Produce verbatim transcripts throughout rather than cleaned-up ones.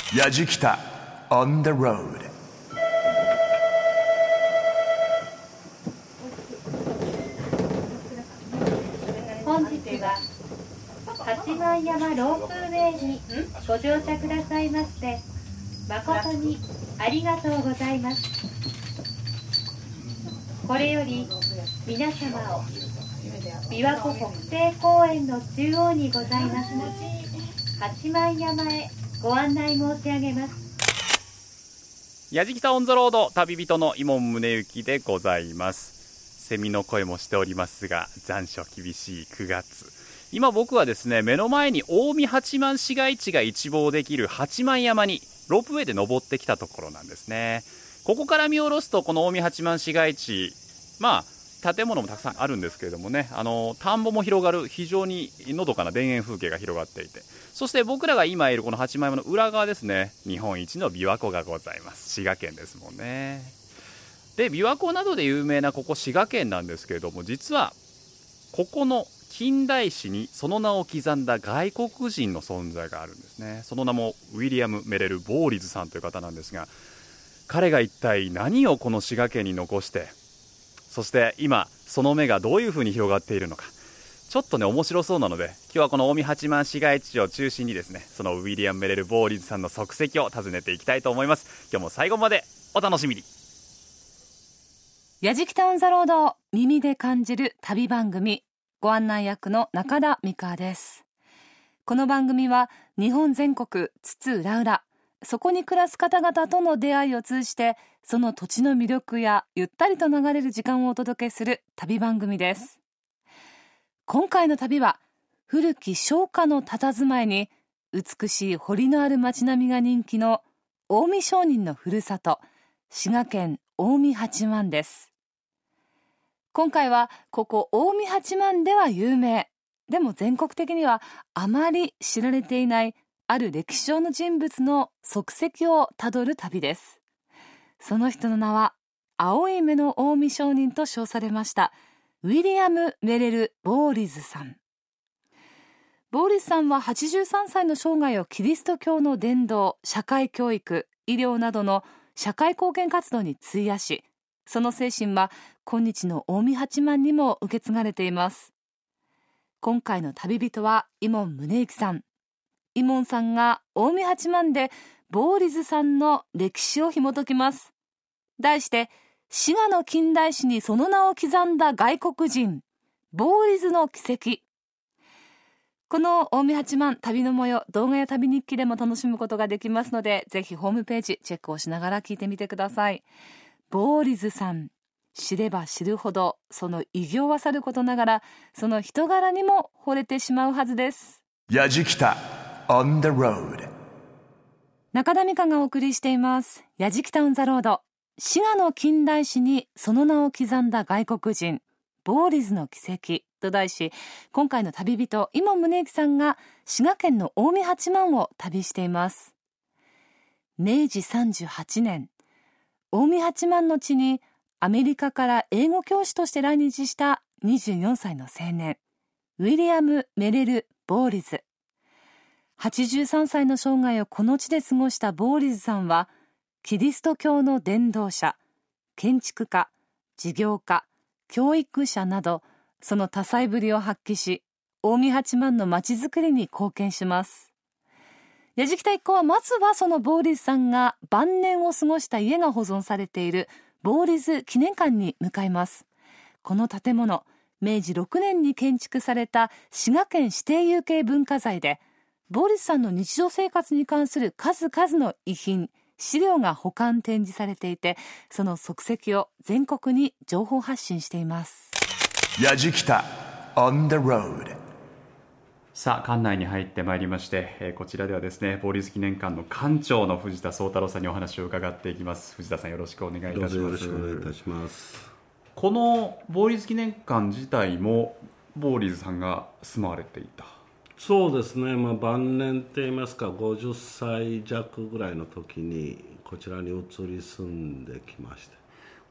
やじきた on the road。 本日は八幡山ロープウェイにご乗車くださいまして誠にありがとうございます。これより皆様を琵琶湖国定公園の中央にございます八幡山へご案内申し上げます。 やじきたオンザロード、旅人の伊門宗行でございます。セミの声もしておりますが、残暑厳しいくがつ、今僕はですね、目の前に近江八幡市街地が一望できる八幡山にロープウェイで登ってきたところなんですね。ここから見下ろすとこの近江八幡市街地、まあ建物もたくさんあるんですけれどもね、あの田んぼも広がる非常にのどかな田園風景が広がっていて、そして僕らが今いるこの八幡山の裏側ですね、日本一の琵琶湖がございます。滋賀県ですもんね。で、琵琶湖などで有名なここ滋賀県なんですけれども、実はここの近代史にその名を刻んだ外国人の存在があるんですね。その名もウィリアム・メレル・ボーリズさんという方なんですが、彼が一体何をこの滋賀県に残して、そして今その目がどういう風に広がっているのか、ちょっとね面白そうなので、今日はこの近江八幡市街地を中心にですね、そのウィリアム・メレル・ボーリズさんの足跡を訪ねていきたいと思います。今日も最後までお楽しみに。 やじきたオンザロード、耳で感じる旅番組、ご案内役の中田美香です。この番組は日本全国津々浦々、そこに暮らす方々との出会いを通じて、その土地の魅力やゆったりと流れる時間をお届けする旅番組です。今回の旅は古き商家の佇まいに美しい堀のある街並みが人気の近江商人のふるさと、滋賀県近江八幡です。今回はここ近江八幡では有名、でも全国的にはあまり知られていないある歴史上の人物の足跡をたどる旅です。その人の名は青い目の近江商人と称されましたウィリアム・メレル・ボーリズさん。ボーリズさんははちじゅうさんさいの生涯をキリスト教の伝道、社会教育、医療などの社会貢献活動に費やし、その精神は今日の近江八幡にも受け継がれています。今回の旅人は伊門宗行さん。伊門さんが近江八幡でボーリズさんの歴史を紐解きます。題して滋賀の近代史にその名を刻んだ外国人、ボーリズの奇跡。この近江八幡旅の模様、動画や旅日記でも楽しむことができますので、ぜひホームページチェックをしながら聞いてみてください。ボーリズさん、知れば知るほどその偉業はさることながら、その人柄にも惚れてしまうはずです。 やじきた on the road。 中田美香がお送りしていますやじきたオンザロード。滋賀の近代史にその名を刻んだ外国人、ボーリズの奇跡と題し、今回の旅人伊門宗行さんが滋賀県の近江八幡を旅しています。めいじさんじゅうはちねん、近江八幡の地にアメリカから英語教師として来日したにじゅうよんさいの青年、ウィリアム・メレル・ボーリズ。はちじゅうさんさいの生涯をこの地で過ごしたボーリズさんは、キリスト教の伝道者、建築家、事業家、教育者など、その多彩ぶりを発揮し、近江八幡の街づくりに貢献します。やじきた一行はまずはそのボーリズさんが晩年を過ごした家が保存されているボーリズ記念館に向かいます。この建物、めいじろくねんに建築された滋賀県指定有形文化財で、ボーリズさんの日常生活に関する数々の遺品、資料が保管展示されていて、その足跡を全国に情報発信しています。 やじきた on the road。 さあ館内に入ってまいりまして、えー、こちらではですね、ボーリズ記念館の館長の藤田壮太郎さんにお話を伺っていきます。藤田さん、よろしくお願いいたします。 どうぞよろしくお願いいたします。 このボーリズ記念館自体もボーリズさんが住まわれていた？ そうですね、まあ、晩年って言いますかごじゅっさい弱ぐらいの時にこちらに移り住んできまして、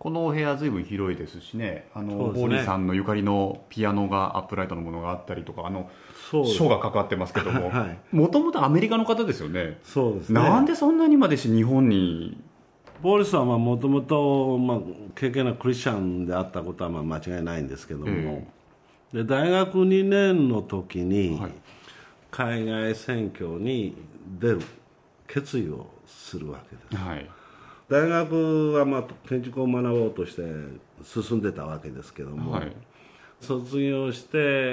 このお部屋ずいぶん広いですしね、あのそうですねボーリーさんのゆかりのピアノがアップライトのものがあったりとか、あのそうです書がかかってますけども、 はいもともとアメリカの方ですよね。 そうですね。 なんでそんなにまでして日本に。 ボーリスさんはもともと経験なクリスチャンであったことはまあ間違いないんですけども、 えで大学にねんの時にはい海外選挙に出る決意をするわけです。 はい大学はまあ建築を学ぼうとして進んでたわけですけども、 はい卒業して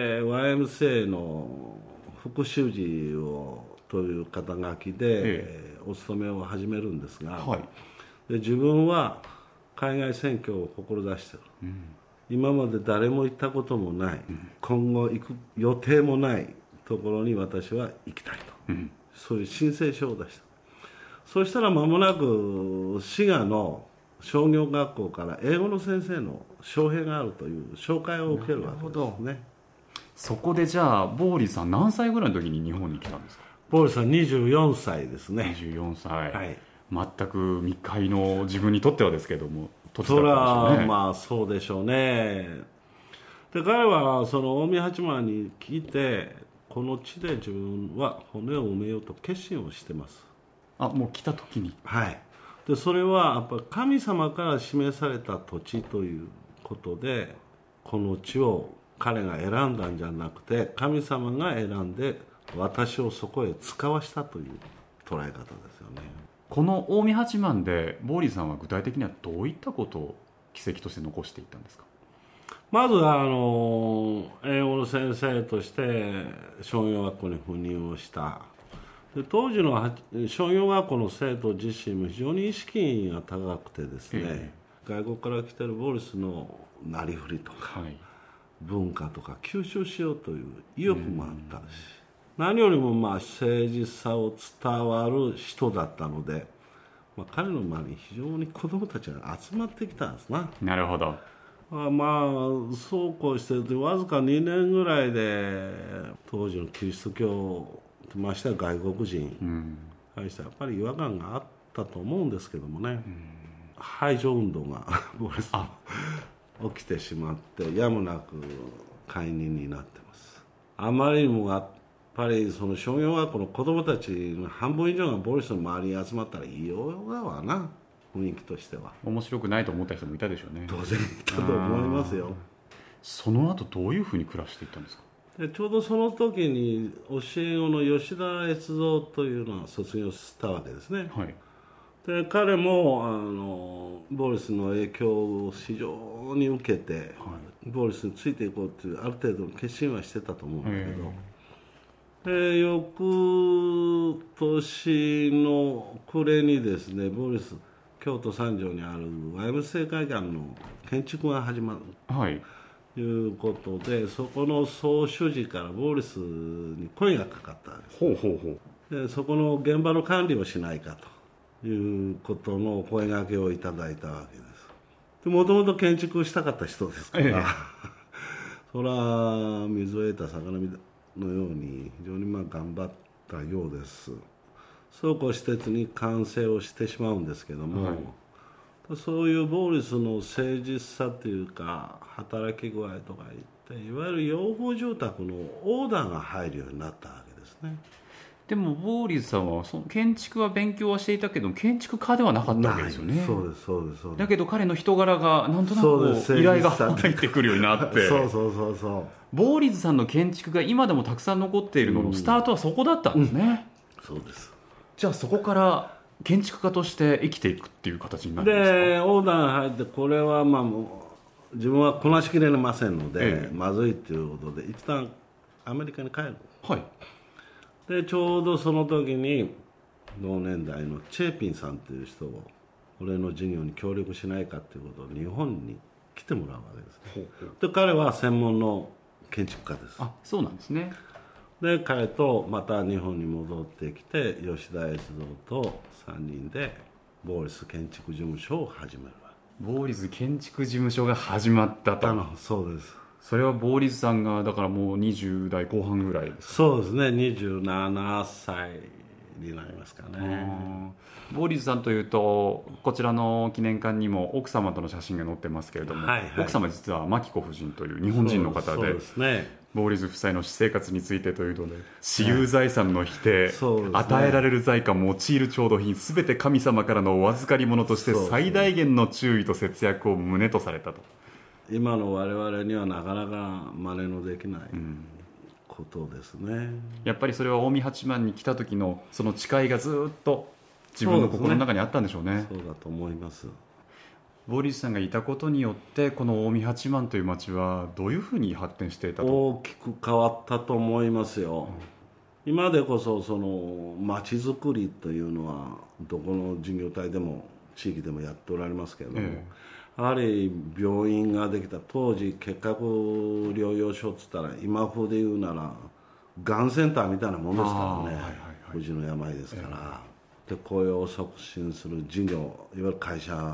ワイエムシーエー の副修士をという肩書きで、 えお勤めを始めるんですが、 はいで自分は海外選挙を志している、うん、今まで誰も行ったこともない、うん、今後行く予定もないところに私は行きたいと、うん、そういう申請書を出した。そしたら間もなく滋賀の商業学校から英語の先生の招聘があるという紹介を受けるわけですね。 そこでじゃあボーリーさん何歳ぐらいの時に日本に来たんですか？ ボーリーさんにじゅうよんさいですね。 にじゅうよんさい、 はい、 全く未開の自分にとってはですけども、土地だそれったんでしょうね。 はまあそうでしょうね。で彼はその近江八幡に来て、この地で自分は骨を埋めようと決心をしてます。 あ、もう来た時に。 はい。でそれはやっぱり神様から示された土地ということで、この地を彼が選んだんじゃなくて神様が選んで私をそこへ使わしたという捉え方ですよね。 この近江八幡でボーリーさんは具体的にはどういったことを奇跡として残していったんですか？ まずあの英語の先生として商業学校に赴任をした。で当時の商業学校の生徒自身も非常に意識が高くてですね、ええ、外国から来てるボーリスのなりふりとか、はい、文化とか吸収しようという意欲もあったし、何よりもまあ誠実さを伝わる人だったので、まあ、彼の周りに非常に子どもたちが集まってきたんですな。 なるほど。 まあそうこうしてるとわずかにねんぐらいで当時のキリスト教ましては外国人に対してやっぱり違和感があったと思うんですけどもね、うん、排除運動が起きてしまってやむなく解任になってます。あまりにもやっぱりその商業学校の子どもたちの半分以上がボリスの周りに集まったら異様だわな、雰囲気としては。面白くないと思った人もいたでしょうね。 当然いたと思いますよ。 その後どういうふうに暮らしていったんですか？ でちょうどその時に教え子の吉田悦三というのは卒業したわけですね、はい、で彼もあのボーリスの影響を非常に受けて、はい、ボーリスについていこうというある程度の決心はしてたと思うんだけど、で翌年の暮れにですねボーリス京都三条にあるワイエムシーエー会館の建築が始まる、はいいうことで、そこの総主事からボーリスに声がかかったんです。ほうほうほう。でそこの現場の管理をしないかということのお声掛けをいただいたわけです。もともと建築したかった人ですから、ええ、それは水を得た魚のように非常にまあ頑張ったようです。そうこう施設に完成をしてしまうんですけども、はい、そういうボーリスの誠実さというか働き具合とかいっていわゆる養蜂住宅のオーダーが入るようになったわけですね。 でもボーリスさんはその建築は勉強はしていたけど建築家ではなかったわけですよね。 そうですそうですそうです。 だけど彼の人柄がなんとなく依頼が入ってくるようになってそうそうそうそうボーリスさんの建築が今でもたくさん残っているののスタートはそこだったんですね、 うんうん、そうです。 じゃあそこから建築家として生きていくっていう形になるんですか？ でオーダーが入ってこれはまあもう自分はこなしきれませんので、ええ、まずいということで一旦アメリカに帰る、はい、でちょうどその時に同年代のチェーピンさんという人を俺の事業に協力しないかということを日本に来てもらうわけです、ね、ほうほう。で彼は専門の建築家です。 あ、そうなんですね。 で彼とまた日本に戻ってきて吉田悦三とさんにんでボーリス建築事務所を始める。 ボーリス建築事務所が始まったと。 そうです。 それはボーリスさんがだからもうにじゅう代後半ぐらいですか？ そうですね、にじゅうななさいになりますかね。 ボーリズさんというとこちらの記念館にも奥様との写真が載ってますけれども、はいはい、奥様実は牧子夫人という日本人の方 で, そうです、ね、ボーリズ夫妻の私生活についてというので私有財産の否定、はいね、与えられる財産用いる調度品すべて神様からのお預かり物として最大限の注意と節約を旨とされたと。 今の我々にはなかなか真似のできない、うんことですね。 やっぱりそれは近江八幡に来た時のその誓いがずっと自分の心の中にあったんでしょうね。 そうだと思います。 ボーリズさんがいたことによってこの近江八幡という町はどういうふうに発展していたと。 大きく変わったと思いますよ、うん、今でこそその町づくりというのはどこの事業体でも地域でもやっておられますけれども、ええ、やはり病院ができた当時結核療養所っつったら今風で言うならがんセンターみたいなもんですからね、はいはいはい、不治の病ですから、えー、で雇用を促進する事業いわゆる会社、はい、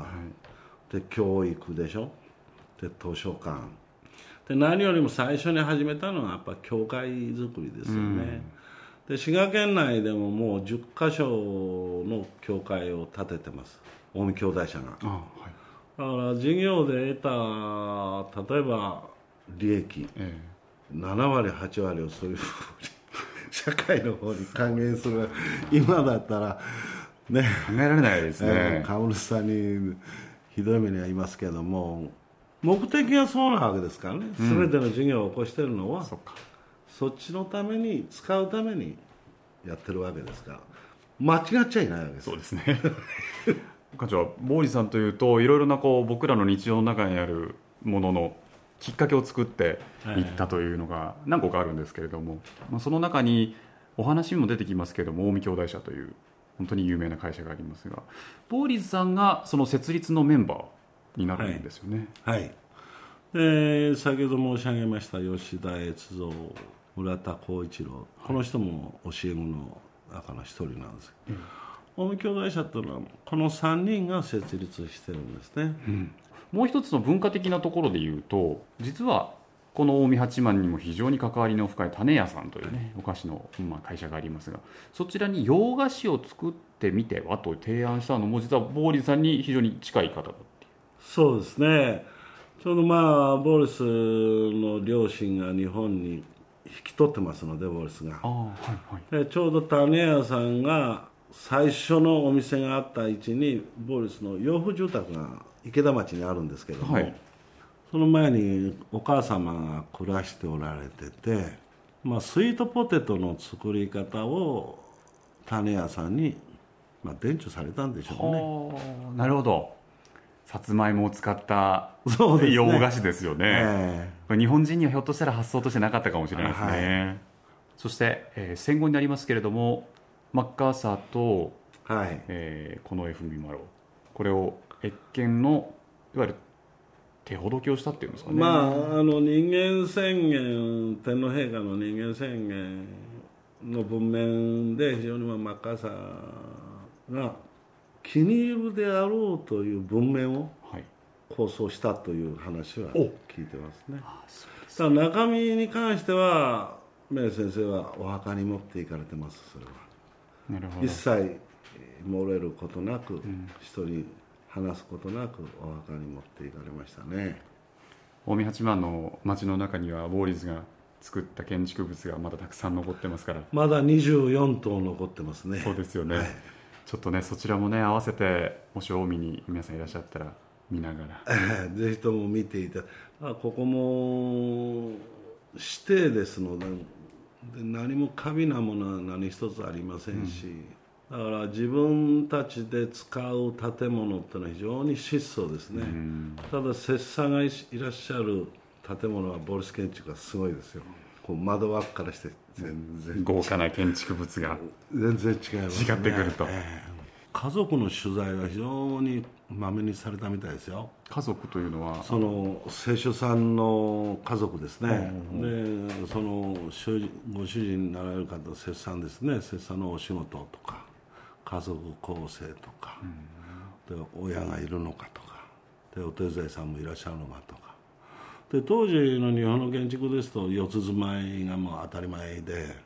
で教育でしょで図書館で何よりも最初に始めたのはやっぱ教会づくりですよね、うん、で滋賀県内でももうじゅっかしょの教会を建ててます近江兄弟社が。あ、はいだから事業で得た例えば利益、ええ、ななわりはちわりをそういうふうに社会の方に還元する今だったらね考えられないですね。 カオルさんにひどい目にはいますけども目的がそうなわけですからね、うん、全ての事業を起こしているのは そ, っかそっちのために使うためにやってるわけですから間違っちゃいないわけです。 そうですね館長、ボーリさんというといろいろなこう僕らの日常の中にあるもののきっかけを作っていったというのが何個かあるんですけれども、まあ、その中にお話にも出てきますけれども近江兄弟社という本当に有名な会社がありますがボーリさんがその設立のメンバーになるんですよね。 はい、はい、で先ほど申し上げました吉田悦三村田浩一郎、はい、この人も教え子の中の一人なんです、うん近江兄弟社というのはこのさんにんが設立してるんですね、 うん、もう一つの文化的なところでいうと実はこの近江八幡にも非常に関わりの深い種屋さんというねお菓子の、まあ、会社がありますがそちらに洋菓子を作ってみてはと提案したのも実はボーリさんに非常に近い方だっていう。 そうですねちょうどまあボーリスの両親が日本に引き取ってますのでボーリスがあ、はいはい、でちょうど種屋さんが最初のお店があった位置にボーリスの洋風住宅が池田町にあるんですけども、はい、その前にお母様が暮らしておられてて、まあ、スイートポテトの作り方を種屋さんに、まあ、伝授されたんでしょうね。なるほどさつまいもを使った洋菓子ですよね、えー、これ日本人にはひょっとしたら発想としてなかったかもしれないですね、はい、そして、えー、戦後になりますけれどもマッカーサーと、はいえー、この エフ ミマロこれを謁見のいわゆる手ほどきをしたっていうんですかね。 まあ、あの人間宣言天皇陛下の人間宣言の文面で非常にマッカーサーが気に入るであろうという文面を構想したという話は聞いてますね。ああそうですね。だから中身に関しては明先生はお墓に持っていかれてます。それはなるほど一切漏れることなく、うん、人に話すことなくお墓に持っていかれましたね。 近江八幡の町の中にはボーリズが作った建築物がまだたくさん残ってますからまだにじゅうよんとう残ってますね。 そうですよね、はい、ちょっとねそちらもね合わせてもし近江に皆さんいらっしゃったら見ながらぜひとも見ていただあここも指定ですのでで何も過敏なものは何一つありませんし、うん、だから自分たちで使う建物ってのは非常に質素ですね、うん、ただ切磋が い, いらっしゃる建物はボーリス建築がすごいですよ。こう窓枠からして全然豪華な建築物が全然違いますね。 違ってくると、 えー家族の取材は非常にまめにされたみたいですよ。 家族というのはその清酒さんの家族ですね、でそのご主人になられる方摂さんですね摂さんのお仕事とか家族構成とか、で親がいるのかとかでお手伝いさんもいらっしゃるのかとかで当時の日本の建築ですと四つ住まいがもう当たり前で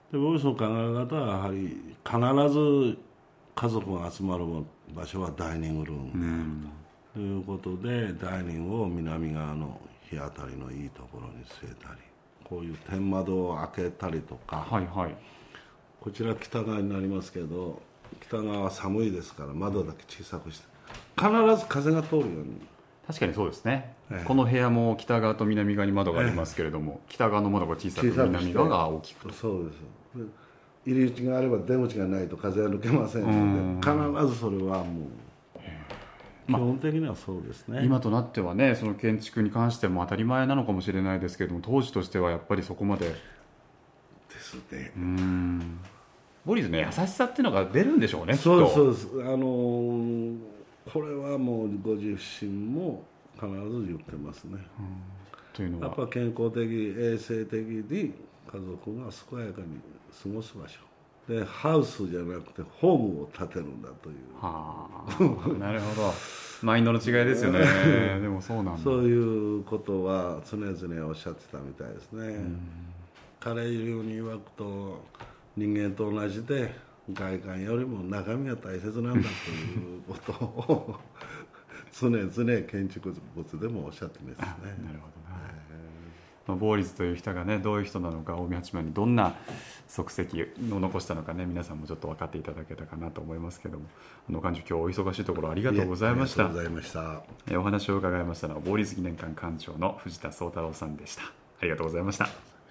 でボルスの考え方はやはり必ず家族が集まる場所はダイニングルームで、うん、ということでダイニングを南側の日当たりのいいところに据えたり、こういう天窓を開けたりとか、 はいはい、 こちら北側になりますけど、北側は寒いですから窓だけ小さくして必ず風が通るように。 確かにそうですね、ええ、この部屋も北側と南側に窓がありますけれども、ええ、北側の窓が小さく南側が大きく。 そうです。入り口があれば出口がないと風は抜けませんので、必ずそれはもう基本的にはそうですね、 まあ、今となってはね、その建築に関しても当たり前なのかもしれないですけれども、当時としてはやっぱりそこまでですね。 うーん、ボリスの優しさっていうのが出るんでしょうね。 そうですそうです。あのー、これはもうご自身も必ず言ってますね。 というのはやっぱ健康的衛生的に家族が健やかに過ごす場所で、ハウスじゃなくてホームを建てるんだという。 はあ、なるほど。マインドの違いですよね。でもそうなんだ。 そういうことは常々おっしゃってたみたいですね。彼流に曰くと、人間と同じで外観よりも中身が大切なんだということを常々建築物でもおっしゃってますね。なるほどな。 まあ、ボーリスという人がね、どういう人なのか、近江八幡にどんな足跡を残したのかね、皆さんもちょっと分かっていただけたかなと思いますけども、あの館長、今日お忙しいところありがとうございました。 ありがとうございました。 えお話を伺いましたのはボーリス記念館館長の藤田宗太郎さんでした。ありがとうございました。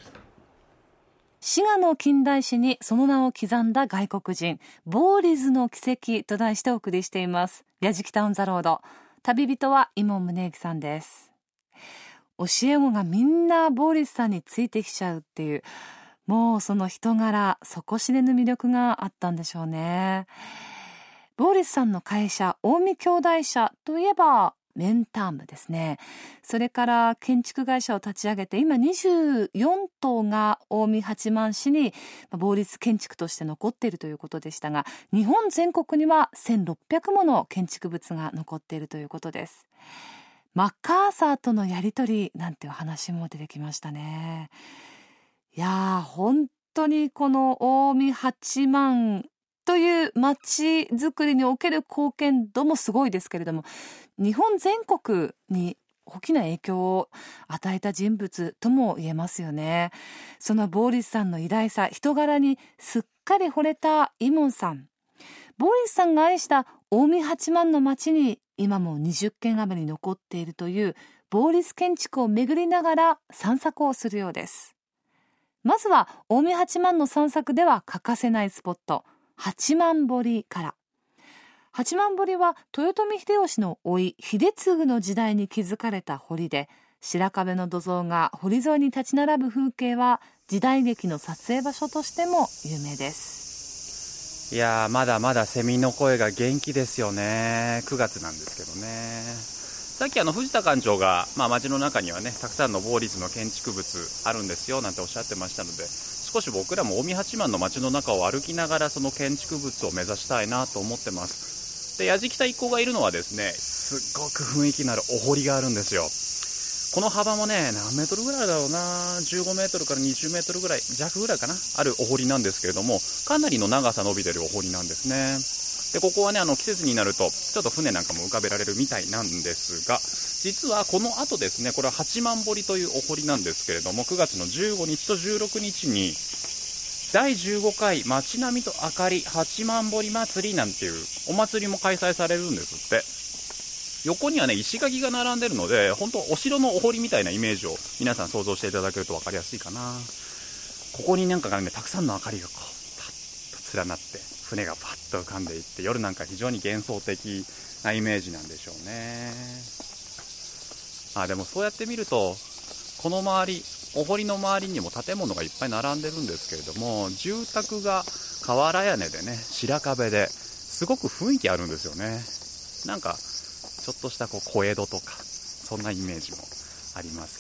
滋賀の近代史にその名を刻んだ外国人、ボーリズの奇跡と題してお送りしています。やじきたオンザロード。旅人は伊門宗行さんです。教え子がみんなボーリスさんについてきちゃうっていう、もうその人柄、底知れぬ魅力があったんでしょうね。ボーリスさんの会社、近江兄弟社といえばメンタームですね。それから建築会社を立ち上げて、今にじゅうよん棟が近江八幡市にボーリス建築として残っているということでしたが、日本全国にはせんろっぴゃくもの建築物が残っているということです。マッカーサーとのやり取りなんていう話も出てきましたね。いやー、本当にこの近江八幡という町づくりにおける貢献度もすごいですけれども、日本全国に大きな影響を与えた人物とも言えますよね。そのボーリスさんの偉大さ、人柄にすっかり惚れた伊門さん。ボーリスさんが愛した近江八幡の町に今もにじゅっけん余り残っているというボーリス建築を巡りながら散策をするようです。まずは近江八幡の散策では欠かせないスポット、八幡堀から。八幡堀は豊臣秀吉の甥秀次の時代に築かれた堀で、白壁の土蔵が堀沿いに立ち並ぶ風景は時代劇の撮影場所としても有名です。 いやー、まだまだセミの声が元気ですよね。くがつなんですけどね。さっきあの藤田館長が、まあ、街の中にはねたくさんのボーリスの建築物あるんですよなんておっしゃってましたので、少し僕らも近江八幡の街の中を歩きながらその建築物を目指したいなと思ってます。で、やじきた一行がいるのはですね、すっごく雰囲気のあるお堀があるんですよ。この幅もね、何メートルぐらいだろうな、じゅうごメートルからにじゅうメートルぐらい弱ぐらいかな、あるお堀なんですけれども、かなりの長さ伸びてるお堀なんですね。で、ここはね、あの季節になるとちょっと船なんかも浮かべられるみたいなんですが、実はこの後ですね、これは八幡堀というお堀なんですけれども、くがつのじゅうごにちとじゅうろくにちにだいじゅうごかい街並みと明かり八幡堀祭りなんていうお祭りも開催されるんですって。横にはね石垣が並んでるので、本当お城のお堀みたいなイメージを皆さん想像していただけると分かりやすいかな。ここになんかねたくさんの明かりがこうパッと連なって船がパッと浮かんでいって、夜なんか非常に幻想的なイメージなんでしょうね。あ、でもそうやって見るとこの周り、お堀の周りにも建物がいっぱい並んでるんですけれども、住宅が瓦屋根でね白壁ですごく雰囲気あるんですよね。なんかちょっとしたこう小江戸とかそんなイメージもあります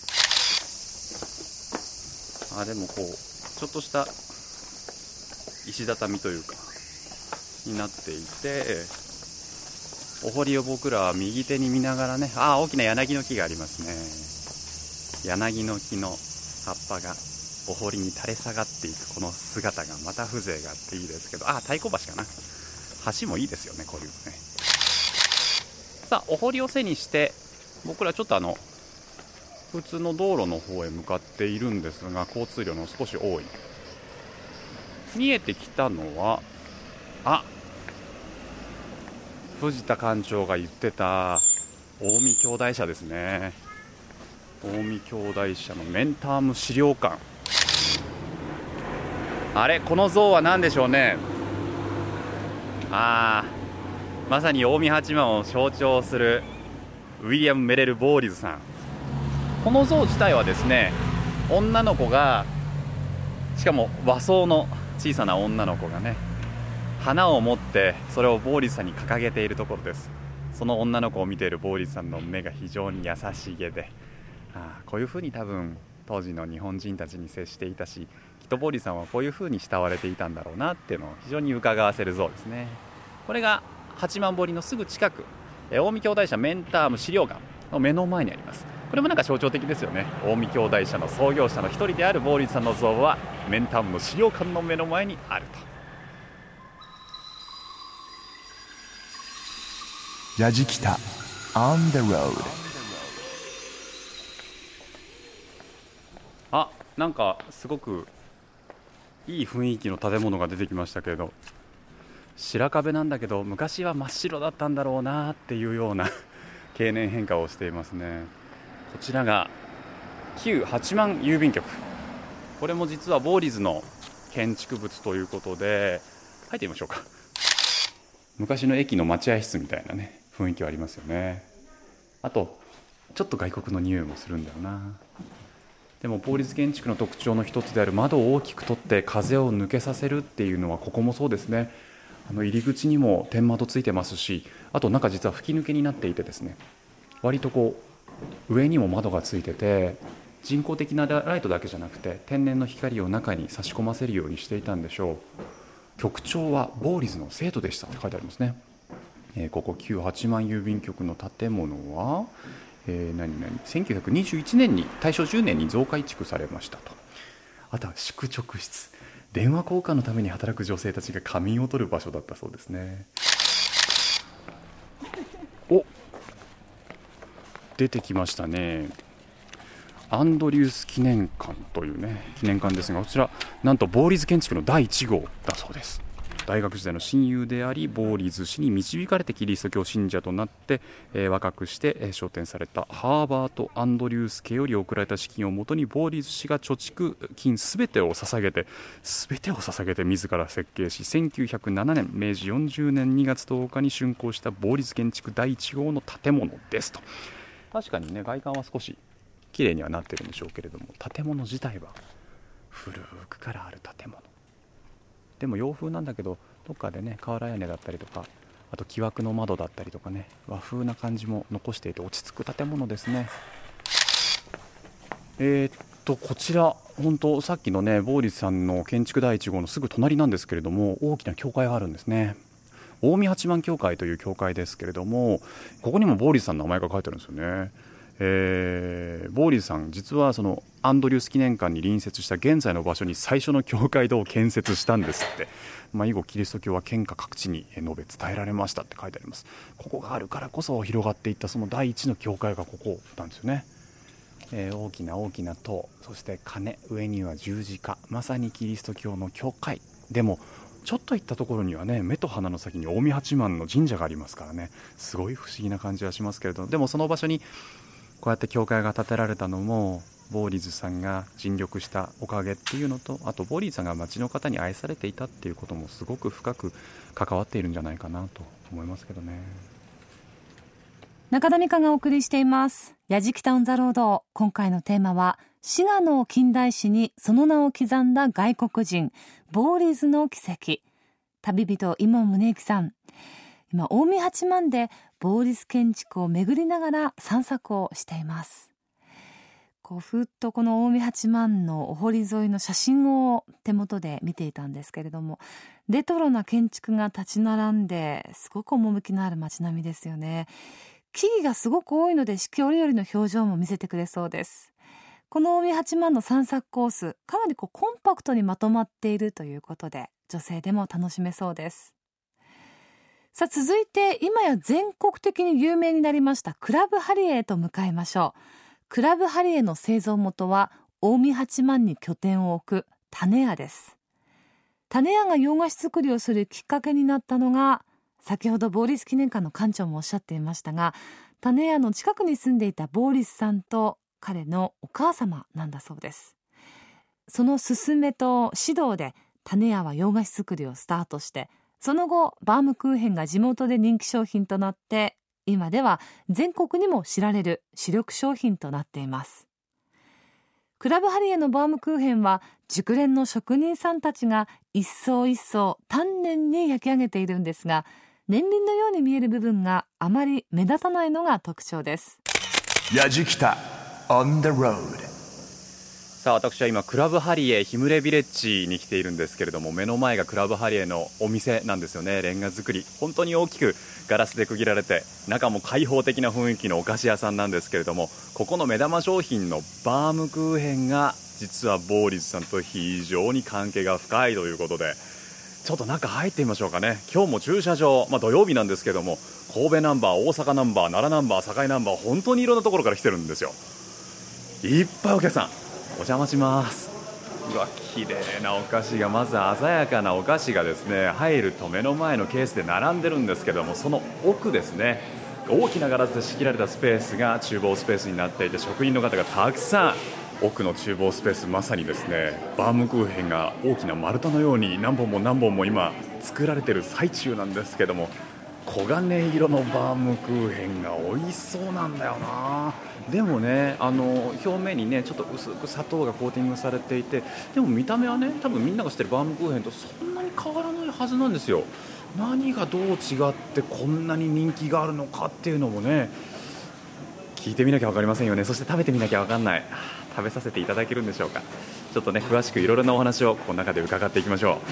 けれど、あでもこうちょっとした石畳というかになっていて、お堀を僕らは右手に見ながらね、あ大きな柳の木がありますね。柳の木の葉っぱがお堀に垂れ下がっていくこの姿がまた風情があっていいですけど、あ、太鼓橋かな、橋もいいですよね、こういうのね。さあ、お堀を背にして僕らちょっとあの普通の道路の方へ向かっているんですが、交通量の少し多い。見えてきたのは、あ、藤田館長が言ってた近江兄弟社ですね。近江兄弟社のメンターム資料館。あれ、この像は何でしょうね。あー、まさに近江八幡を象徴するウィリアム・メレル・ボーリズさん。この像自体はですね、女の子が、しかも和装の小さな女の子がね、花を持ってそれをボーリズさんに掲げているところです。その女の子を見ているボーリズさんの目が非常に優しげで、ああ、こういうふうに多分当時の日本人たちに接していたし、きっとボーリズさんはこういうふうに慕われていたんだろうなっていうのを非常に伺わせる像ですね。これが八幡堀のすぐ近く、近江兄弟社メンターム資料館の目の前にあります。これもなんか象徴的ですよね。近江兄弟社の創業者の一人であるボーリズさんの像はメンタームの資料館の目の前にあると。 やじきた On the road。 あ、なんかすごくいい雰囲気の建物が出てきましたけど、白壁なんだけど昔は真っ白だったんだろうなっていうような経年変化をしていますね。こちらが旧八幡郵便局。これも実はボーリズの建築物ということで、入ってみましょうか。昔の駅の待合室みたいなね、雰囲気はありますよね。あとちょっと外国の匂いもするんだよな。でもボーリズ建築の特徴の一つである窓を大きく取って風を抜けさせるっていうのはここもそうですね。あの入り口にも天窓ついてますし、あと中実は吹き抜けになっていてですね、割とこう上にも窓がついてて、人工的なライトだけじゃなくて天然の光を中に差し込ませるようにしていたんでしょう。局長はボーリズの生徒でしたって書いてありますね。えー、ここ旧八幡郵便局の建物は、えー、何々せんきゅうひゃくにじゅういちねんに大正じゅうねんに増改築されましたと。あとは宿直室、電話交換のために働く女性たちが仮眠を取る場所だったそうですね。お、出てきましたね。アンドリュース記念館というね記念館ですが、こちらなんとボーリズ建築のだいいち号だそうです。大学時代の親友でありボーリズ氏に導かれてキリスト教信者となって、えー、若くして、えー、昇天されたハーバート・アンドリュース家より送られた資金をもとにボーリズ氏が貯蓄金すべてを捧げてすべてを捧げて自ら設計し、せんきゅうひゃくななねんめいじよんじゅうねんにがつとおかに竣工したボーリズ建築だいいち号の建物ですと。確かにね、外観は少し綺麗にはなってるんでしょうけれども、建物自体は古くからある建物でも洋風なんだけど、どっかでね瓦屋根だったりとか、あと木枠の窓だったりとかね、和風な感じも残していて落ち着く建物ですね。えー、っとこちら本当さっきのねボーリズさんの建築だいいち号のすぐ隣なんですけれども、大きな教会があるんですね。近江八幡教会という教会ですけれども、ここにもボーリズさんの名前が書いてあるんですよね。えー、ボーリズさん実はそのアンドリュース記念館に隣接した現在の場所に最初の教会堂を建設したんですって。まあ、以後キリスト教は県下各地に述べ伝えられましたって書いてあります。ここがあるからこそ広がっていったその第一の教会がここなんですよね。えー、大きな大きな塔、そして鐘、上には十字架、まさにキリスト教の教会。でもちょっと行ったところにはね、目と鼻の先に近江八幡の神社がありますからね、すごい不思議な感じはしますけれど、でもその場所にこうやって教会が建てられたのもボーリズさんが尽力したおかげっていうのと、あとボーリズさんが町の方に愛されていたっていうこともすごく深く関わっているんじゃないかなと思いますけどね。 中田美香がお送りしていますやじきたオンザロード。今回のテーマは滋賀の近代史にその名を刻んだ外国人ボーリズの奇跡。旅人伊門宗行さん、今近江八幡でボーリズ建築を巡りながら散策をしています。こうふっとこの近江八幡のお堀沿いの写真を手元で見ていたんですけれども、レトロな建築が立ち並んですごく趣のある街並みですよね。木々がすごく多いので四季折々の表情も見せてくれそうです。 この近江八幡の散策コース、かなりこうコンパクトにまとまっているということで、女性でも楽しめそうです。さあ続いて、今や全国的に有名になりましたクラブハリエへと向かいましょう。クラブハリエの製造元は近江八幡に拠点を置く種屋です。種屋が洋菓子作りをするきっかけになったのが、先ほどボーリス記念館の館長もおっしゃっていましたが、種屋の近くに住んでいたボーリスさんと彼のお母様なんだそうです。その勧めと指導で種屋は洋菓子作りをスタートして、その後バームクーヘンが地元で人気商品となって、今では全国にも知られる主力商品となっています。クラブハリエのバームクーヘンは熟練の職人さんたちが一層一層丹念に焼き上げているんですが、年輪のように見える部分があまり目立たないのが特徴です。 やじきた on the road。 さあ私は今クラブハリエヒムレビレッジに来ているんですけれども、目の前がクラブハリエのお店なんですよね。レンガ造り、本当に大きくガラスで区切られて、中も開放的な雰囲気のお菓子屋さんなんですけれども、ここの目玉商品のバームクーヘンが実はボーリズさんと非常に関係が深いということで、ちょっと中入ってみましょうかね。今日も駐車場、まあ、土曜日なんですけども、神戸ナンバー、大阪ナンバー、奈良ナンバー、堺ナンバー、本当にいろんなところから来てるんですよ。いっぱいお客さん、お邪魔します。うわ、綺麗なお菓子が、まず鮮やかなお菓子がですね、入ると目の前のケースで並んでるんですけども、その奥ですね、大きなガラスで仕切られたスペースが厨房スペースになっていて、職人の方がたくさん、奥の厨房スペース、まさにですね、バームクーヘンが大きな丸太のように何本も何本も今作られている最中なんですけども、黄金色のバームクーヘンが美味しそうなんだよな。でもね、あの表面にねちょっと薄く砂糖がコーティングされていて、でも見た目はね、多分みんなが知ってるバームクーヘンとそんなに変わらないはずなんですよ。何がどう違ってこんなに人気があるのかっていうのもね、聞いてみなきゃ分かりませんよね。そして食べてみなきゃ分かんない。食べさせていただけるんでしょうか。ちょっとね、詳しくいろいろなお話をこの中で伺っていきましょう。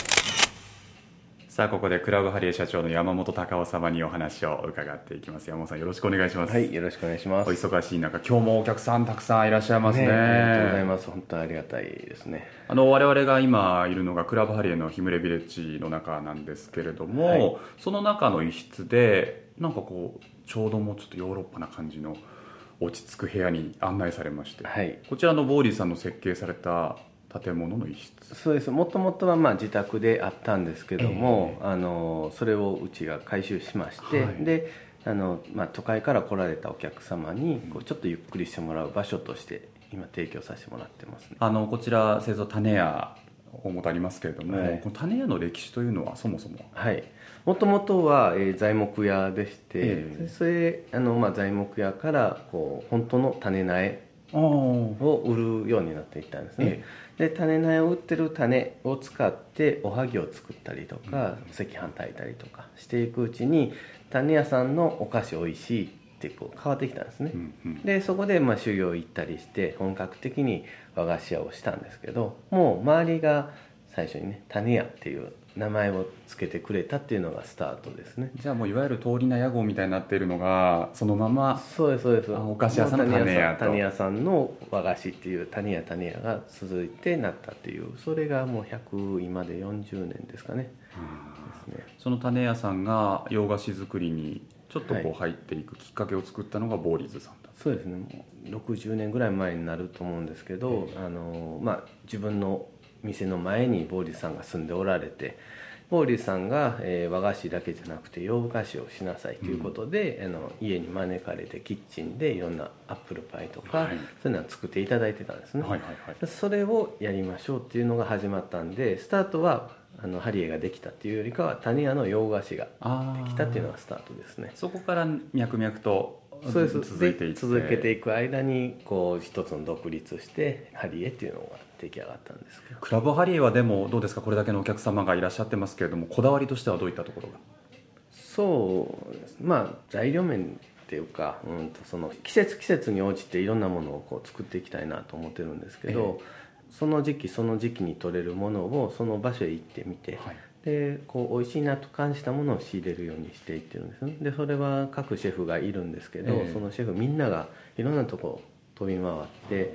さあここでクラブハリエ社長の山本隆夫様にお話を伺っていきます。山本さん、よろしくお願いします。 はい、よろしくお願いします。 お忙しい中、今日もお客さんたくさんいらっしゃいます ね, ねありがとうございます。本当にありがたいですね。 あの我々が今いるのがクラブハリエのヒムレビレッジの中なんですけれども、はい、その中の一室でなんかこうちょうどもうちょっとヨーロッパな感じの落ち着く部屋に案内されまして、はい、こちらのボーリーさんの設計された建物の一室。 そうです。もともとはまあ自宅であったんですけども、えー、あのそれをうちが改修しまして、はい、であの、まあ、都会から来られたお客様にこうちょっとゆっくりしてもらう場所として今提供させてもらってますね。 あのこちら製造種屋大元ありますけれども、はい、この種屋の歴史というのはそもそも、 はい、もともとは、えー、材木屋でして、えー、それあの、まあ、材木屋からこう本当の種苗を売るようになっていったんですね、えー、で種苗を売ってる種を使っておはぎを作ったりとか、うん、赤飯炊いたりとかしていくうちに種屋さんのお菓子おいしいってこう変わってきたんですね、うんうん、でそこでまあ修行行ったりして本格的に和菓子屋をしたんですけど、もう周りが最初にね種屋っていう名前をつけてくれたっていうのがスタートですね。 じゃあもういわゆる通り名屋号みたいになっているのがそのまま、 そうですそうです、 お菓子屋さんの種屋と種屋さんの和菓子っていう種屋種屋が続いてなったっていう、それがもうひゃく今でよんじゅうねんですかね、 うん、ですね。その種屋さんが洋菓子作りにちょっとこう入っていくきっかけを作ったのがボーリーズさんだ。 そうですね。もうろくじゅうねんぐらい前になると思うんですけど、あの、まあ、自分の店の前にボーリーズさんが住んでおられて、ボーリーさんが、えー、和菓子だけじゃなくて洋菓子をしなさいということで、うん、あの家に招かれてキッチンでいろんなアップルパイとか、はい、そういうのを作っていただいてたんですね、はいはいはい、それをやりましょうっていうのが始まったんで、スタートはあのハリエができたっていうよりかは種屋の洋菓子ができたっていうのがスタートですね。 そこから脈々とそうです。 続いていって続けていく間にこう一つの独立してハリエっていうのが出来上がったんですけど。 クラブハリエはでもどうですか、これだけのお客様がいらっしゃってますけれども、こだわりとしてはどういったところが。 そうです、まあ材料面っていうか、うんとその季節季節に応じていろんなものをこう作っていきたいなと思ってるんですけど、えー、その時期その時期に取れるものをその場所へ行ってみて、はい、でこう美味しいなと感じたものを仕入れるようにしていってるんですね。でそれは各シェフがいるんですけど、えー、そのシェフみんながいろんなとこ飛び回って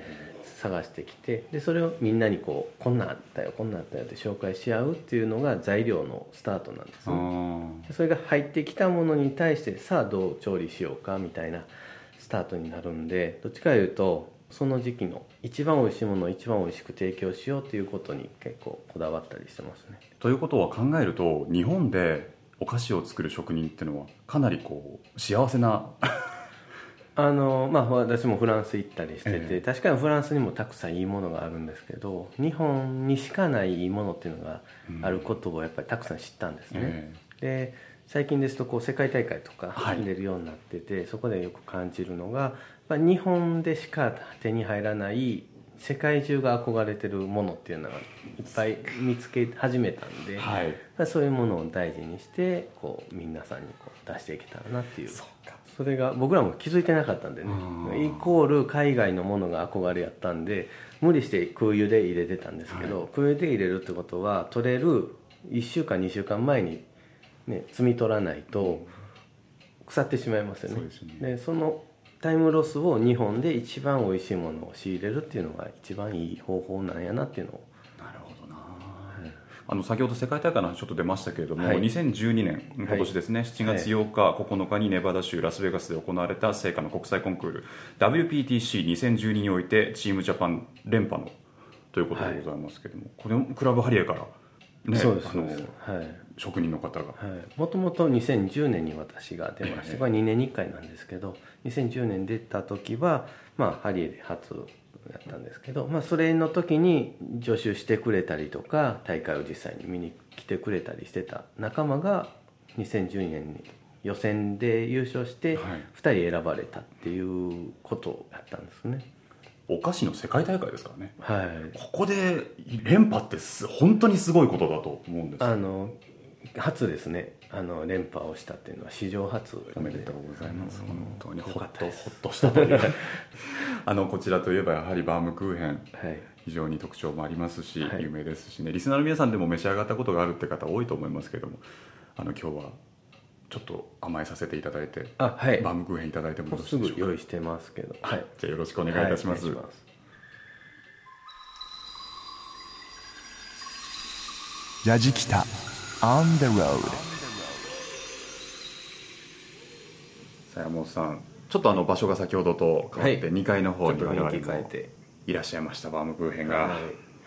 探してきて、でそれをみんなにこうこんなんあったよこんなんあったよって紹介し合うっていうのが材料のスタートなんですね。それが入ってきたものに対してさあどう調理しようかみたいなスタートになるんで、どっちかいうとその時期の一番おいしいものを一番おいしく提供しようということに結構こだわったりしてますね。 ということは考えると日本でお菓子を作る職人っていうのはかなりこう幸せなあのまあ私もフランス行ったりしてて、 ええ、 確かにフランスにもたくさんいいものがあるんですけど、日本にしかないいいものっていうのがあることをやっぱりたくさん知ったんですね、ええ、で最近ですとこう世界大会とか出るようになってて、はい、そこでよく感じるのがまあ、日本でしか手に入らない世界中が憧れてるものっていうのがいっぱい見つけ始めたんで、はい、そういうものを大事にしてこう皆さんにこう出していけたらなっていう、そうか、それが僕らも気づいてなかったんでね、イコール海外のものが憧れやったんで無理して空輸で入れてたんですけど、はい、空輸で入れるってことは取れるいっしゅうかんにしゅうかんまえに、ね、摘み取らないと腐ってしまいますよね。そうですよね。でそのタイムロスを日本で一番おいしいものを仕入れるっていうのが一番いい方法なんやなっていうのを。なるほどな、はい、あの先ほど世界大会の話ちょっと出ましたけれども、はい、にせんじゅうにねん今年ですね、はい、しちがつようか、ここのかにネバダ州ラスベガスで行われた聖火の国際コンクール ダブリューピーティーシーにせんじゅうに においてチームジャパン連覇のということでございますけれども、はい、これもクラブハリエから、ね、そうですね、はい、職人の方がもともとにせんじゅうねんに私が出まして、これにねんにいっかいなんですけど、にせんじゅうねん出た時は、まあ、ハリエで初やったんですけど、まあ、それの時に助手してくれたりとか大会を実際に見に来てくれたりしてた仲間がにせんじゅうにねんに予選で優勝してふたり選ばれたっていうことをやったんですね。お菓子の世界大会ですからね、はい、ここで連覇って本当にすごいことだと思うんです。あの初ですね、あの連覇をしたっていうのは史上初。おめでとうございます。本当にほっとほっとしたというあのこちらといえばやはりバームクーヘン、はい、非常に特徴もありますし、はい、有名ですしね、リスナーの皆さんでも召し上がったことがあるって方多いと思いますけども、あの今日はちょっと甘えさせていただいて、あ、はい、バームクーヘンいただいてもよろしいでしょうか。すぐ用意してますけど、はい、じゃあよろしくお願いいたします。はい、 やじきた On the road。 山本さん、ちょっとあの場所が先ほどと変わってにかいの方に我々もいらっしゃいましたバームクーヘンが、はい、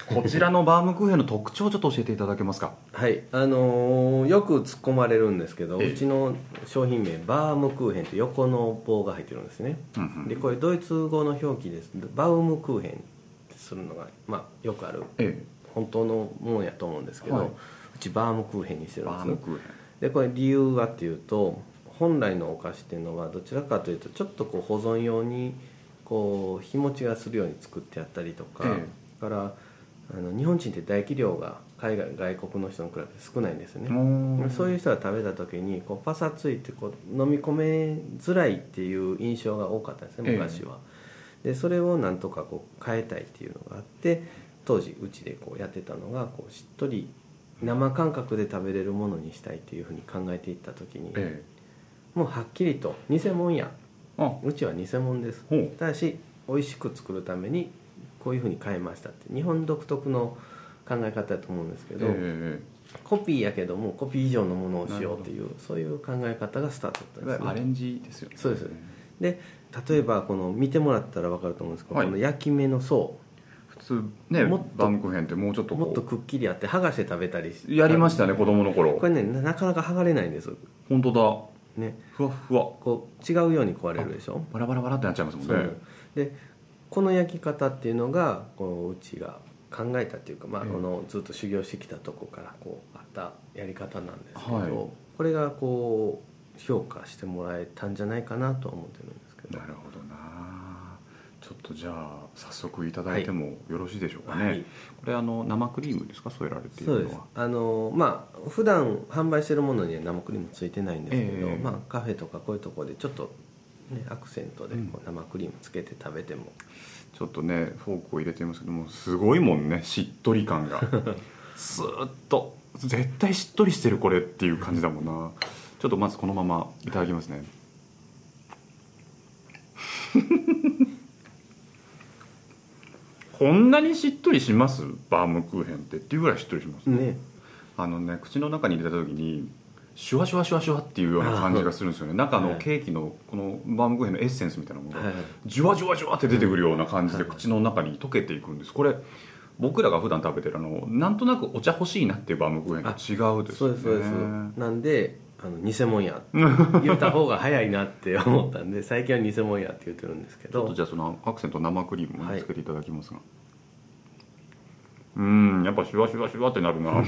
こちらのバームクーヘンの特徴をちょっと教えていただけますか。はい、あのー、よく突っ込まれるんですけど、うちの商品名バームクーヘンって横の棒が入ってるんですね、うんうん、でこれドイツ語の表記です。バウムクーヘンってするのが、まあ、よくある、ええ、本当のものやと思うんですけど、はい、うちバームクーヘンにしてるんです。バームクーヘンでこれ理由はっていうと、本来のお菓子っていうのはどちらかというとちょっとこう保存用にこう日持ちがするように作ってあったりとか、ええ、からあの日本人って唾液量が海外外国の人に比べて少ないんですよね。そういう人が食べた時にこうパサついてこう飲み込めづらいっていう印象が多かったんですね、昔は、ええ、でそれをなんとかこう変えたいっていうのがあって、当時うちでこうやってたのがこうしっとり生感覚で食べれるものにしたいっていうふうに考えていった時に、ええ、もうはっきりと偽物や、うちは偽物です、ただし美味しく作るためにこういうふうに変えましたって日本独特の考え方だと思うんですけど、えー、コピーやけどもコピー以上のものをしようというそういう考え方がスタートだったんですね。アレンジですよね。そうです。で例えばこの見てもらったら分かると思うんですけど、はい、この焼き目の層、普通ねバームクーヘンってもうちょっとこうもっとくっきりあって剥がして食べたりやりましたね、子供の頃。これねなかなか剥がれないんです。本当だね、ふわふわこう違うように壊れるでしょ。バラバラバラってなっちゃいますもんね。でこの焼き方っていうのがこううちが考えたっていうか、まあ、このずっと修行してきたとこからこうあったやり方なんですけど、はい、これがこう評価してもらえたんじゃないかなと思ってるんですけど。なるほどな。ちょっとじゃあ早速いただいてもよろしいでしょうかね、はい、これあの生クリームですか、添えられているのは。そうです。あのまあ普段販売してるものには生クリームついてないんですけど、えーまあ、カフェとかこういうところでちょっと、ね、アクセントでこう生クリームつけて食べても、うん、ちょっとねフォークを入れてますけどもすごいもんね、しっとり感がスーッと絶対しっとりしてるこれっていう感じだもんな。ちょっとまずこのままいただきますねこんなにしっとりしますバームクーヘンってっていうぐらいしっとりしますね。 あのね、口の中に入れた時にシュワシュワシュワシュワっていうような感じがするんですよね。中のケーキのこのバームクーヘンのエッセンスみたいなものがジュワジュワジュワって出てくるような感じで口の中に溶けていくんです。これ僕らが普段食べてるあのなんとなくお茶欲しいなっていうバームクーヘンと違うですよね。 そうですそうです。なんであの偽物やって言った方が早いなって思ったんで最近は偽物やって言ってるんですけど、 ちょっとじゃあそのアクセント生クリームをつけていただきますが、はい、うーんやっぱシュワシュワシュワってなるな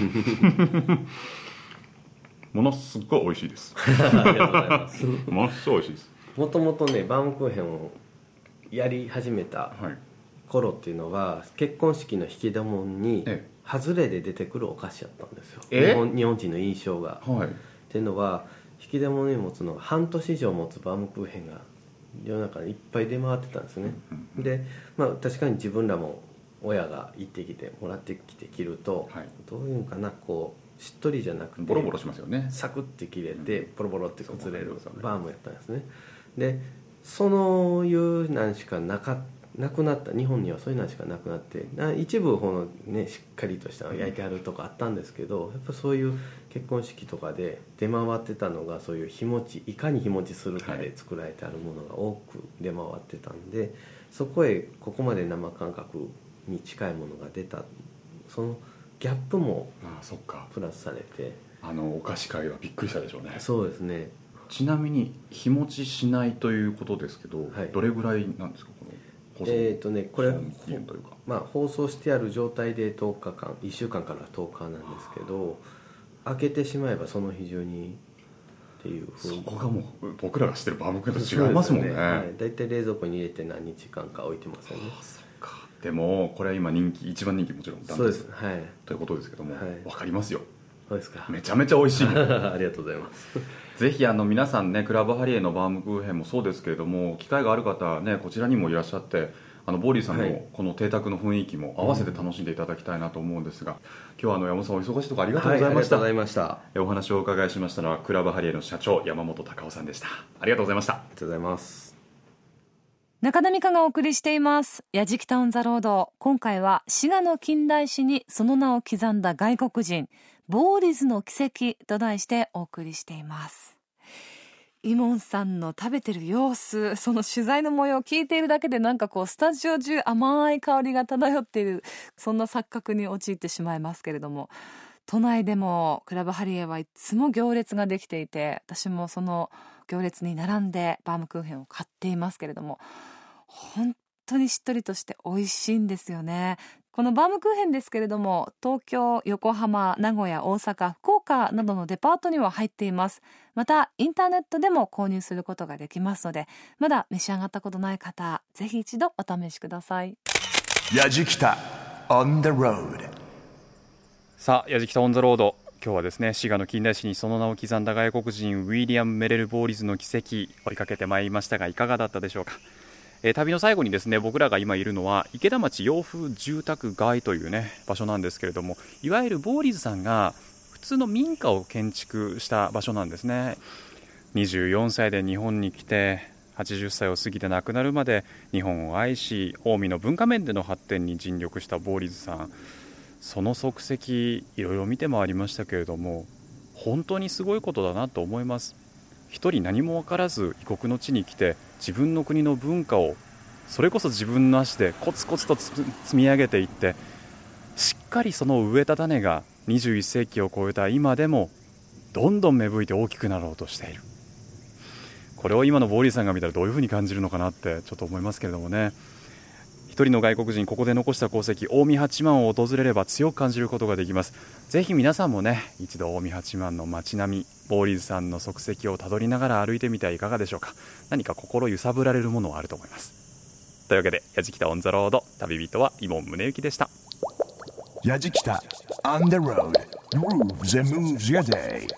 ものすごい美味しいですありがとうございますものすごい美味しいです。 もともとねバームクーヘンをやり始めた頃っていうのは、はい、結婚式の引き出物に外れで出てくるお菓子やったんですよ、日本、日本人の印象が、はい、っていうのは引き出物に持つのは半年以上持つバームクーヘンが世の中にいっぱい出回ってたんですね、うんうん、で、まあ、確かに自分らも親が行ってきてもらってきて着ると、はい、どういうんかなこうしっとりじゃなくてボロボロしますよね。 サクッて切れてボロボロって崩れるバームやったんですね。でそういうなんしかなかなくなった日本にはそういうのしかなくなって一部この、ね、しっかりとした焼いてあるとかあったんですけど、やっぱそういう結婚式とかで出回ってたのがそういう日持ちいかに日持ちするかで作られてあるものが多く出回ってたんで、そこへここまで生感覚に近いものが出たそのギャップもプラスされて、 あのお菓子界はびっくりしたでしょうね。 そうですね。 ちなみに日持ちしないということですけど、はい、どれぐらいなんですかこの放送えーとねこれというか、 まあ、放送してある状態でとおかかんいっしゅうかんからとおかなんですけど、開けてしまえばその日中にっていうふうにそこがもう僕らが知ってるバームクーヘンと違いますもんね。 はい、だいたい冷蔵庫に入れて何日間か置いてますよね。 ああそうか。でもこれは今人気一番人気もちろんダントツそうです、はい、 ということですけども、はい、分かりますよ。 そうですか。 めちゃめちゃ美味しいありがとうございますぜひあの皆さんねクラブハリエのバームクーヘンもそうですけれども機会がある方はねこちらにもいらっしゃってあのボーリーさんのこの邸宅の雰囲気も合わせて楽しんでいただきたいなと思うんですが、今日はあの山本さんお忙しいところありがとうございました、 はい、ありがとうございました。 お話をお伺いしましたのはクラブハリエの社長山本隆夫さんでした。ありがとうございました。 ありがとうございます。 中田美香がお送りしていますやじきたオンザロード。今回は滋賀の近代史にその名を刻んだ外国人ボーリズの奇跡と題してお送りしています。イモンさんの食べてる様子、その取材の模様を聞いているだけでなんかこうスタジオ中甘い香りが漂っている、そんな錯覚に陥ってしまいますけれども、都内でもクラブハリエはいつも行列ができていて、私もその行列に並んでバームクーヘンを買っていますけれども、本当にしっとりとして美味しいんですよね。このバームクーヘンですけれども、東京、横浜、名古屋、大阪、福岡などのデパートには入っています。またインターネットでも購入することができますので、まだ召し上がったことない方、ぜひ一度お試しください。 やじきた on the road。 さあやじきたオンザロード、今日はですね滋賀の近代史にその名を刻んだ外国人ウィリアム・メレル・ボーリズの奇跡追いかけてまいりましたが、いかがだったでしょうか。えー、旅の最後にですね僕らが今いるのは池田町洋風住宅街というね場所なんですけれども、いわゆるボーリズさんが普通の民家を建築した場所なんですね。にじゅうよんさいで日本に来てはちじゅっさいを過ぎて亡くなるまで日本を愛し、近江の文化面での発展に尽力したボーリズさん、その足跡いろいろ見て回りましたけれども、本当にすごいことだなと思います。一人何も分からず異国の地に来て自分の国の文化をそれこそ自分の足でコツコツと積み上げていって、しっかりその植えた種がにじゅういっせいきを超えた今でもどんどん芽吹いて大きくなろうとしている。これを今のボーリーさんが見たらどういうふうに感じるのかなってちょっと思いますけれどもね。一人の外国人、ここで残した功績、近江八幡を訪れれば強く感じることができます。ぜひ皆さんもね一度近江八幡の街並み、ボーリーズさんの足跡をたどりながら歩いてみてはいかがでしょうか。何か心揺さぶられるものはあると思います。というわけでやじきたオンザロード、旅人は伊門宗行でした。 やじきた on the road grooves and moves your day。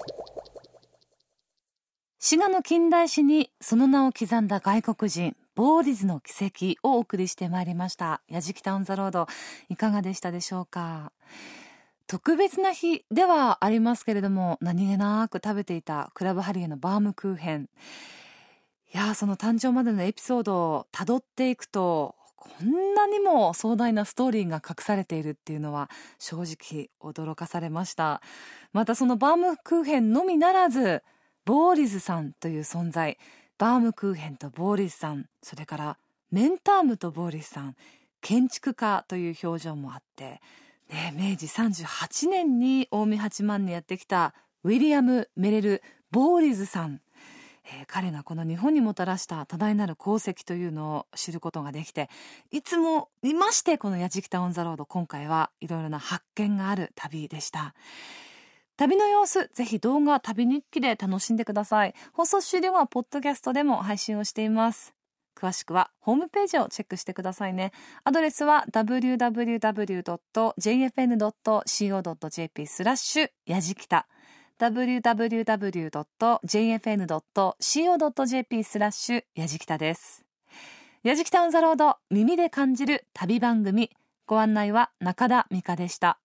滋賀の近代史にその名を刻んだ外国人ボーリズの奇跡をお送りしてまいりました。やじきたオンザロード、いかがでしたでしょうか。特別な日ではありますけれども、何気なく食べていたクラブハリエのバームクーヘン、いやその誕生までのエピソードをたどっていくと、 こんなにも壮大なストーリーが隠されているっていうのは正直驚かされました。またそのバームクーヘンのみならず、ボーリズさんという存在、バームクーヘンとボーリズさん、それからメンタームとボーリズさん、建築家という表情もあって、ね、明治さんじゅうはちねんに近江八幡にやってきたウィリアム・メレル・ボーリズさん、えー、彼がこの日本にもたらした多大なる功績というのを知ることができて、いつも見ましてこのやじきたオンザロード、今回はいろいろな発見がある旅でした。旅の様子、ぜひ動画旅日記で楽しんでください。放送終了後はポッドキャストでも配信をしています。詳しくはホームページをチェックしてくださいね。アドレスは ダブリューダブリューダブリュードットジェイエフエヌドットシーオードットジェーピー スラッシュやじきた ダブリューダブリューダブリュードットジェイエフエヌドットシーオードットジェーピー スラッシュやじきたです。やじきたオンザロード、耳で感じる旅番組、ご案内は中田美香でした。